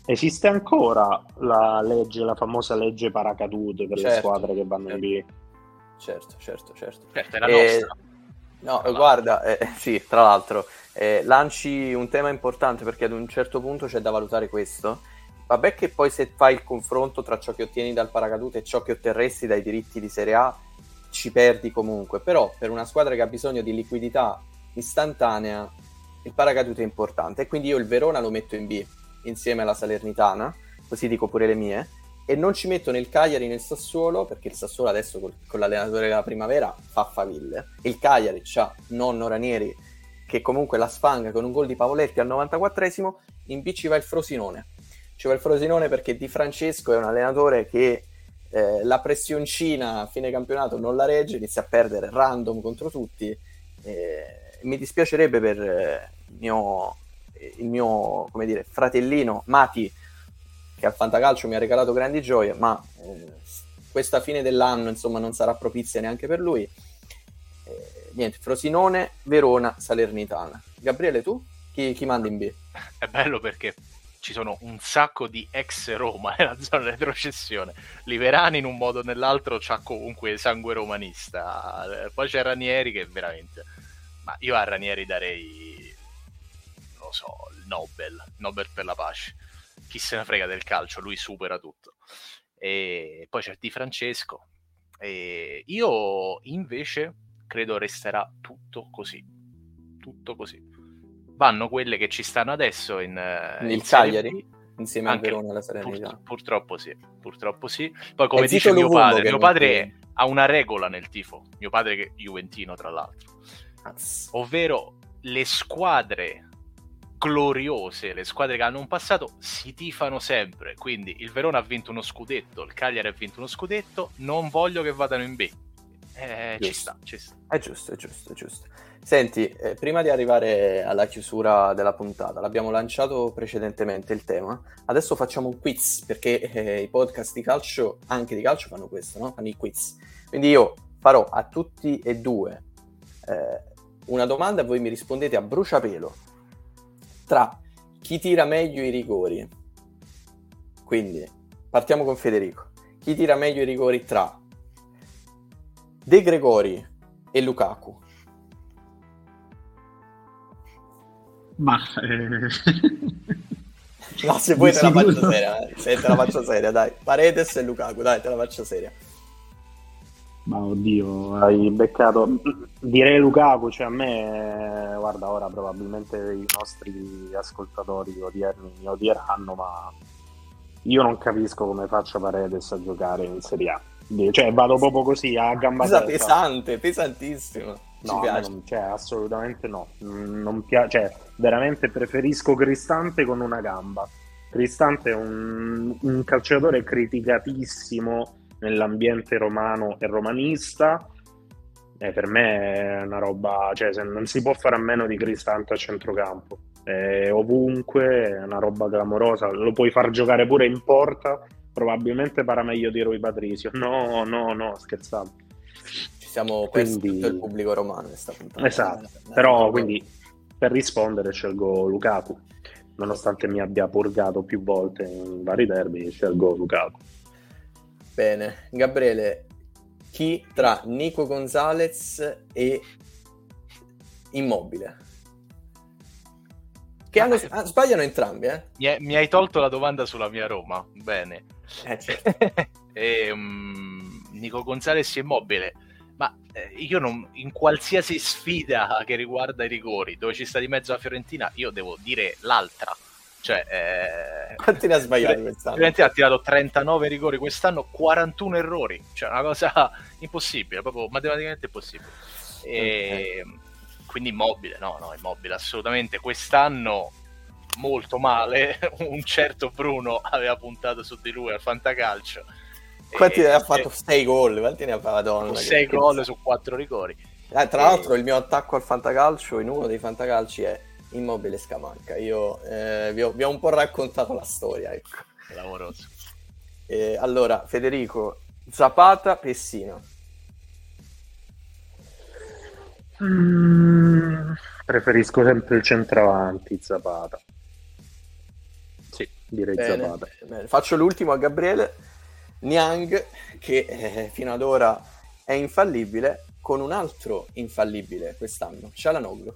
Esiste ancora la famosa legge paracadute per le squadre che vanno in B? Certo. È la nostra. No, guarda, sì, tra l'altro, lanci un tema importante, perché ad un certo punto c'è da valutare questo. Vabbè che poi se fai il confronto tra ciò che ottieni dal paracadute e ciò che otterresti dai diritti di Serie A, ci perdi comunque, però per una squadra che ha bisogno di liquidità istantanea il paracadute è importante, e quindi io il Verona lo metto in B insieme alla Salernitana, così dico pure le mie, e non ci metto nel Cagliari, nel Sassuolo, perché il Sassuolo adesso con l'allenatore della primavera fa faville. Il Cagliari c'ha nonno Ranieri che comunque la sfanga con un gol di Pavoletti al 94esimo. In B ci va il Frosinone. Ci va il Frosinone perché Di Francesco è un allenatore che la pressioncina a fine campionato non la regge, inizia a perdere random contro tutti. Mi dispiacerebbe per il mio come dire, fratellino Mati, che al Fantacalcio mi ha regalato grandi gioie, ma questa fine dell'anno insomma non sarà propizia neanche per lui. Niente, Frosinone, Verona, Salernitana. Gabriele, tu? Chi mandi in B? È bello perché ci sono un sacco di ex Roma nella zona retrocessione. Liverani in un modo o nell'altro c'ha comunque sangue romanista. Poi c'è Ranieri che veramente... Ma io a Ranieri darei, non lo so, il Nobel per la pace. Chi se ne frega del calcio, lui supera tutto. E poi c'è Di Francesco. E io invece credo resterà tutto così. Vanno quelle che ci stanno adesso in Cagliari insieme al Verona e alla Salernitana. Purtroppo sì. Poi come dice mio padre ha una regola nel tifo. Mio padre che è juventino tra l'altro. Ovvero le squadre gloriose, le squadre che hanno un passato si tifano sempre. Quindi il Verona ha vinto uno scudetto, il Cagliari ha vinto uno scudetto, non voglio che vadano in B. Ci sta. È giusto. Senti, prima di arrivare alla chiusura della puntata, l'abbiamo lanciato precedentemente il tema, adesso facciamo un quiz, perché i podcast di calcio, anche di calcio, fanno questo, no? Fanno i quiz. Quindi io farò a tutti e due una domanda e voi mi rispondete a bruciapelo tra chi tira meglio i rigori. Quindi partiamo con Federico. Chi tira meglio i rigori tra De Gregori e Lukaku? Ma no, se vuoi te la faccio seria, se te la faccio seria, dai. Paredes e Lukaku, dai, te la faccio seria. Ma oddio, hai beccato. Direi Lukaku, cioè a me, guarda, ora probabilmente i nostri ascoltatori odierni mi odieranno, ma io non capisco come faccia Paredes a giocare in Serie A. Cioè vado proprio così a gamba tesa. Pesantissimo. No, cioè, assolutamente no. Non piace, cioè, veramente preferisco Cristante con una gamba. Cristante è un calciatore criticatissimo nell'ambiente romano e romanista. Per me è una roba, cioè, non si può fare a meno di Cristante a centrocampo. Ovunque, è una roba clamorosa. Lo puoi far giocare pure in porta, probabilmente para meglio di Rui Patricio. No, scherzavo. Siamo persi tutto il pubblico romano questa puntata. Esatto, però quindi per rispondere scelgo Lukaku, nonostante mi abbia purgato più volte in vari derby, scelgo Lukaku. Bene, Gabriele, chi tra Nico Gonzalez e Immobile? Che sbagliano entrambi, eh? Mi hai tolto la domanda sulla mia Roma, bene. Certo. Nico Gonzalez e Immobile. Ma io non, in qualsiasi sfida che riguarda i rigori, dove ci sta di mezzo la Fiorentina, io devo dire l'altra. Cioè, quanti ne ha sbagliati quest'anno? Fiorentina ha tirato 39 rigori quest'anno, 41 errori. Cioè, una cosa impossibile, proprio matematicamente impossibile. Quindi Immobile, no, Immobile assolutamente. Quest'anno molto male. Un certo Bruno aveva puntato su di lui al Fantacalcio. Quanti ne ha fatto? 6 gol? Quanti ne ha fatto? 6 gol su 4 rigori. Tra l'altro il mio attacco al Fantacalcio in uno dei Fantacalci è Immobile Scamacca. Io vi ho un po' raccontato la storia, ecco. Clamoroso. Allora, Federico, Zapata, Pessina. Preferisco sempre il centravanti, Zapata. Sì, direi Zapata. Bene. Faccio l'ultimo a Gabriele. Niang, che fino ad ora è infallibile, con un altro infallibile quest'anno, Çalhanoğlu.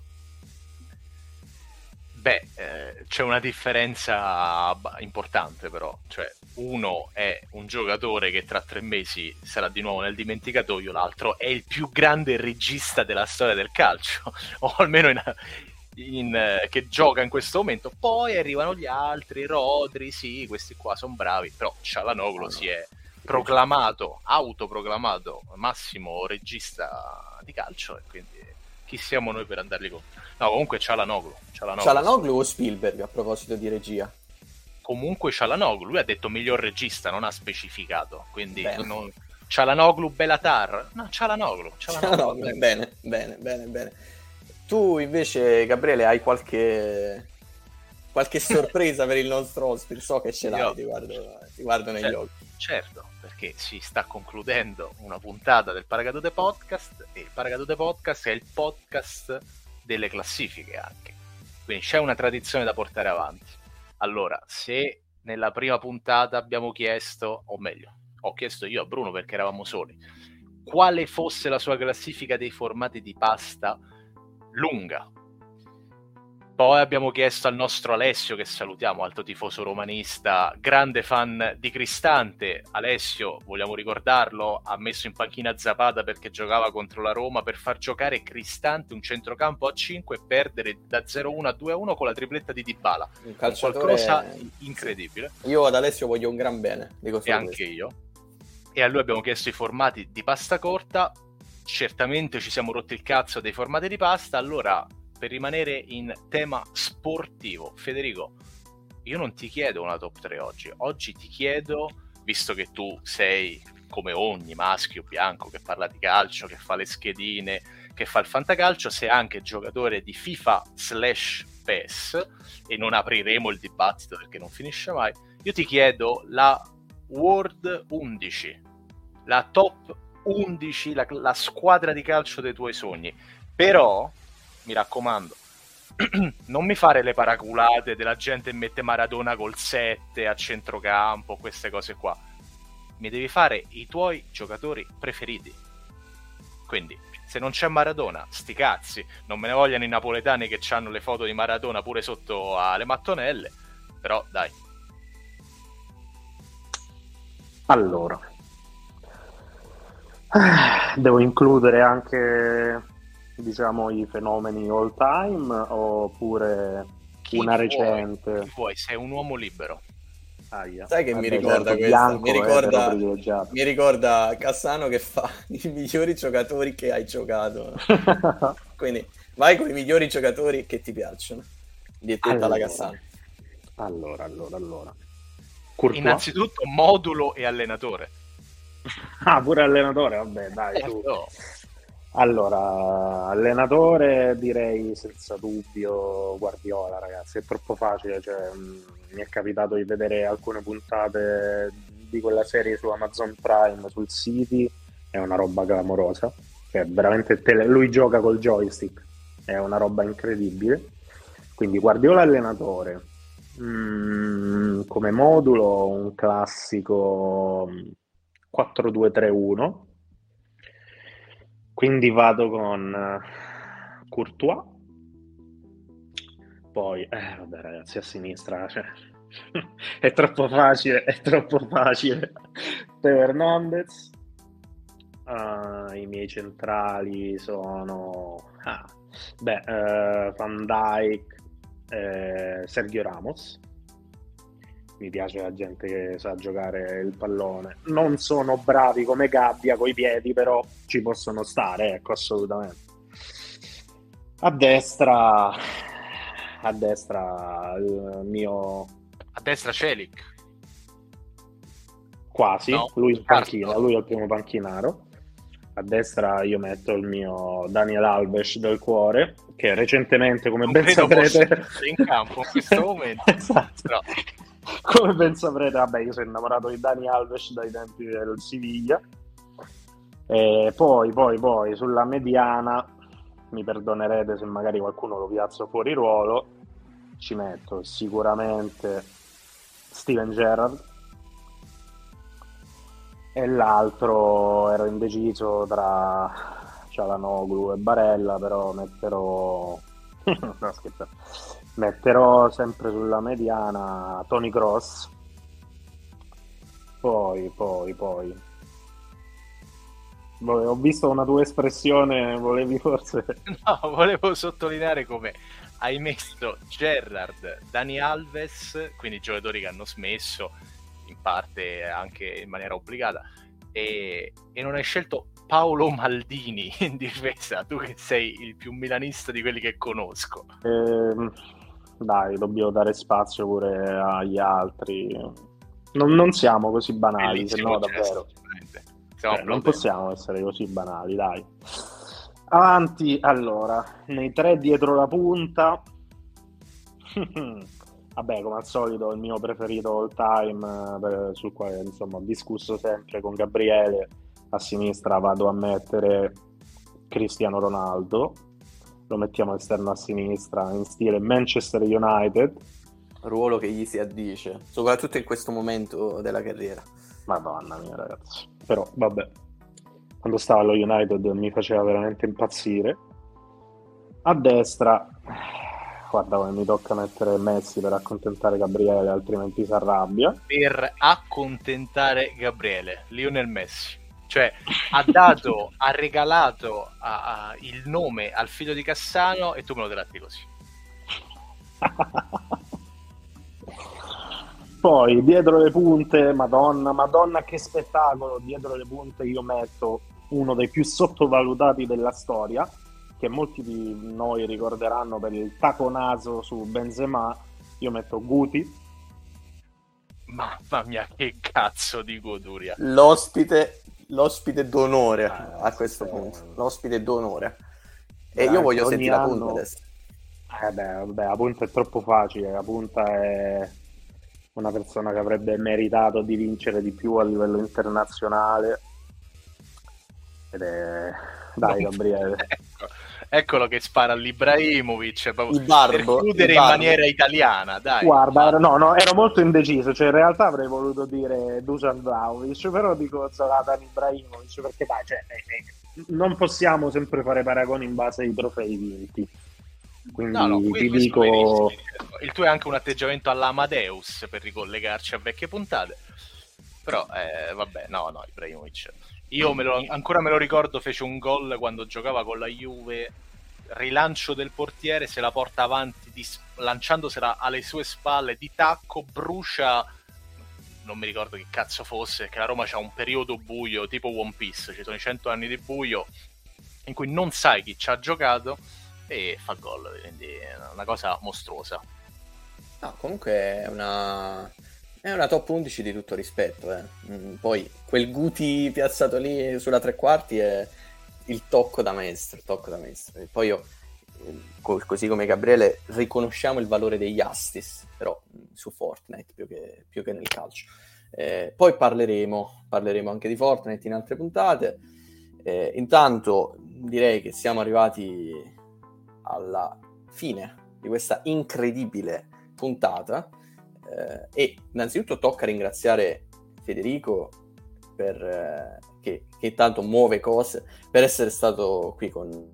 C'è una differenza importante però, cioè uno è un giocatore che tra 3 mesi sarà di nuovo nel dimenticatoio, l'altro è il più grande regista della storia del calcio, o almeno che gioca in questo momento. Poi arrivano gli altri, Rodri, sì, questi qua sono bravi, però Çalhanoğlu si è autoproclamato massimo regista di calcio, e quindi chi siamo noi per andarli contro? No, comunque Çalhanoğlu o Spielberg, a proposito di regia? Comunque Çalhanoğlu, lui ha detto miglior regista, non ha specificato, quindi Çalhanoğlu Bellatar? No, Çalhanoğlu. Bene. Tu invece, Gabriele, hai qualche sorpresa per il nostro ospite? So che ce l'hai, ti guardo negli occhi. Certo, perché si sta concludendo una puntata del Paracadute Podcast, e il Paracadute Podcast è il podcast delle classifiche anche, quindi c'è una tradizione da portare avanti. Allora, se nella prima puntata abbiamo chiesto, o meglio, ho chiesto io a Bruno perché eravamo soli, quale fosse la sua classifica dei formati di pasta lunga. Poi abbiamo chiesto al nostro Alessio, che salutiamo, alto tifoso romanista, grande fan di Cristante. Alessio, vogliamo ricordarlo, ha messo in panchina Zapata perché giocava contro la Roma, per far giocare Cristante, un centrocampo a 5, e perdere da 0-1 a 2-1 con la tripletta di Dybala. Un calciatore qualcosa incredibile. Io ad Alessio voglio un gran bene, dico e anche io. E a lui abbiamo chiesto i formati di pasta corta. Certamente ci siamo rotti il cazzo dei formati di pasta. Allora, per rimanere in tema sportivo, Federico, io non ti chiedo una top 3 oggi ti chiedo, visto che tu sei come ogni maschio bianco che parla di calcio, che fa le schedine, che fa il fantacalcio, sei anche giocatore di FIFA/PES, e non apriremo il dibattito perché non finisce mai. Io ti chiedo la World 11, la top 11, la squadra di calcio dei tuoi sogni, però mi raccomando, non mi fare le paraculate della gente che mette Maradona col 7 a centrocampo, queste cose qua. Mi devi fare i tuoi giocatori preferiti. Quindi, se non c'è Maradona, sti cazzi, non me ne vogliano i napoletani che hanno le foto di Maradona pure sotto alle mattonelle, però dai. Allora, devo includere anche, diciamo, i fenomeni all time, oppure una recente? Chi vuoi, sei un uomo libero. Sai che mi ricorda questa? Mi ricorda Cassano che fa i migliori giocatori che hai giocato. Quindi vai con i migliori giocatori che ti piacciono. Dietetta la Cassano. Allora. Courtois. Innanzitutto modulo e allenatore. Pure allenatore, vabbè, dai. No. Allora, allenatore direi senza dubbio Guardiola, ragazzi, è troppo facile, cioè, mi è capitato di vedere alcune puntate di quella serie su Amazon Prime, sul City, è una roba clamorosa, cioè veramente lui gioca col joystick, è una roba incredibile, quindi Guardiola allenatore. Come modulo un classico 4-2-3-1, quindi vado con Courtois, poi vabbè ragazzi, a sinistra, cioè, è troppo facile Teo Hernandez. I miei centrali sono Van Dijk, Sergio Ramos. Mi piace la gente che sa giocare il pallone, non sono bravi come Gabbia coi piedi, però ci possono stare, ecco, assolutamente. A destra il mio... A destra Celik? Quasi, no, lui in panchina, lui è il primo panchinaro. A destra io metto il mio Daniel Alves del cuore, che recentemente, come ben saprete, in campo in questo momento. Esatto. No. Come ben saprete, vabbè, io sono innamorato di Dani Alves dai tempi del Siviglia. E poi sulla mediana, mi perdonerete se magari qualcuno lo piazzo fuori ruolo, ci metto sicuramente Steven Gerrard, e l'altro ero indeciso tra Çalhanoğlu e Barella, però metterò no, scherzo. Metterò sempre sulla mediana Toni Kroos. Poi ho visto una tua espressione, volevi forse... No, volevo sottolineare come hai messo Gerrard, Dani Alves, quindi giocatori che hanno smesso, in parte anche in maniera obbligata, e non hai scelto Paolo Maldini in difesa, tu che sei il più milanista di quelli che conosco. Dai, dobbiamo dare spazio pure agli altri. Non siamo così banali, se no davvero non possiamo essere così banali, dai. Avanti, allora, nei 3 dietro la punta vabbè, come al solito il mio preferito all time, sul quale insomma ho discusso sempre con Gabriele. A sinistra vado a mettere Cristiano Ronaldo, lo mettiamo esterno a sinistra in stile Manchester United, ruolo che gli si addice soprattutto in questo momento della carriera. Madonna mia, ragazzi, però vabbè, quando stava allo United mi faceva veramente impazzire. A destra, guarda come mi tocca mettere Messi per accontentare Gabriele, altrimenti si arrabbia. Per accontentare Gabriele, Lionel Messi, cioè ha regalato il nome al figlio di Cassano e tu me lo tratti così. Poi dietro le punte, madonna che spettacolo, dietro le punte io metto uno dei più sottovalutati della storia, che molti di noi ricorderanno per il taconaso su Benzema. Io metto Guti. Mamma mia, che cazzo di goduria. L'ospite d'onore a questo punto, l'ospite d'onore. E io voglio sentire la punta adesso. Vabbè, la punta è troppo facile, la punta è una persona che avrebbe meritato di vincere di più a livello internazionale, ed è... Dai Gabriele, eccolo che spara all'Ibrahimovic per chiudere in maniera italiana, dai. Guarda, ero molto indeciso, cioè in realtà avrei voluto dire Dusan Vlahovic, però dico Zlatan Ibrahimovic, perché dai, cioè, non possiamo sempre fare paragoni in base ai trofei vinti. Quindi ti dico, il tuo è anche un atteggiamento all'Amadeus, per ricollegarci a vecchie puntate, però vabbè, no, Ibrahimovic, io ancora me lo ricordo, fece un gol quando giocava con la Juve, rilancio del portiere, se la porta avanti lanciandosela alle sue spalle di tacco, brucia, non mi ricordo che cazzo fosse, che la Roma c'ha un periodo buio tipo One Piece, ci sono i 100 anni di buio in cui non sai chi ci ha giocato e fa gol, quindi è una cosa mostruosa. No, comunque è una top 11 di tutto rispetto, Poi quel Guti piazzato lì sulla tre quarti è il tocco da maestro. E poi io, così come Gabriele, riconosciamo il valore degli Astis, però su Fortnite più che nel calcio. Poi parleremo anche di Fortnite in altre puntate. Intanto direi che siamo arrivati alla fine di questa incredibile puntata, e innanzitutto tocca ringraziare Federico che intanto muove cose, per essere stato qui con...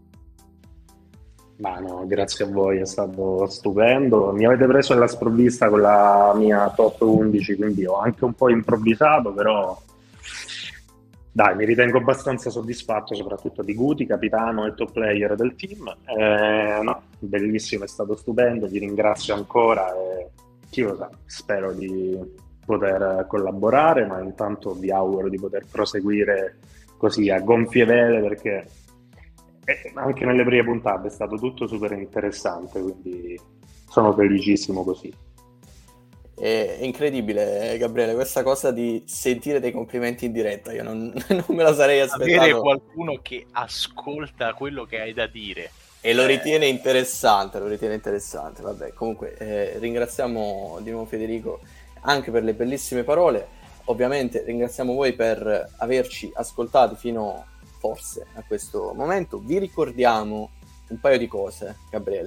Ma no, grazie a voi, è stato stupendo, mi avete preso alla sprovvista con la mia top 11, quindi ho anche un po' improvvisato, però dai, mi ritengo abbastanza soddisfatto, soprattutto di Guti, capitano e top player del team. No, bellissimo, è stato stupendo, vi ringrazio ancora e chi lo sa, spero di poter collaborare, ma intanto vi auguro di poter proseguire così a gonfie vele, perché anche nelle prime puntate è stato tutto super interessante, quindi sono felicissimo così. È incredibile, Gabriele, questa cosa di sentire dei complimenti in diretta, io non me la sarei aspettato. Avere qualcuno che ascolta quello che hai da dire e lo ritiene interessante, vabbè, comunque ringraziamo di nuovo Federico anche per le bellissime parole, ovviamente ringraziamo voi per averci ascoltati fino forse a questo momento. Vi ricordiamo un paio di cose, Gabriele.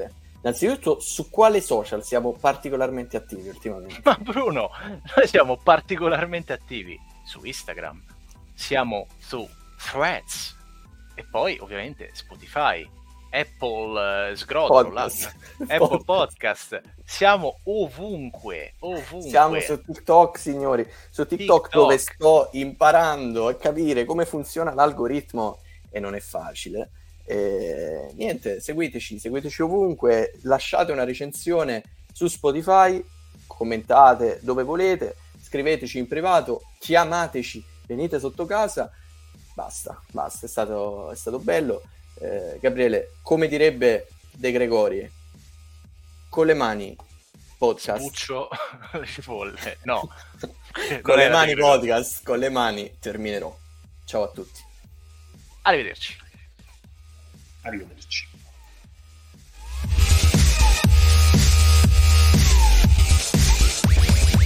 Innanzitutto, su quale social siamo particolarmente attivi ultimamente? Ma Bruno, noi siamo particolarmente attivi su Instagram, siamo su Threads e poi ovviamente Spotify, Apple Apple Podcast. Siamo ovunque. Siamo su TikTok, signori, su TikTok dove sto imparando a capire come funziona l'algoritmo e non è facile. Niente, seguiteci ovunque, lasciate una recensione su Spotify, commentate dove volete, scriveteci in privato, chiamateci, venite sotto casa, basta, è stato bello. Gabriele, come direbbe De Gregori, con le mani podcast, spuccio le cipolle, no. Con le mani podcast, con le mani terminerò. Ciao a tutti, arrivederci. Arrivederci.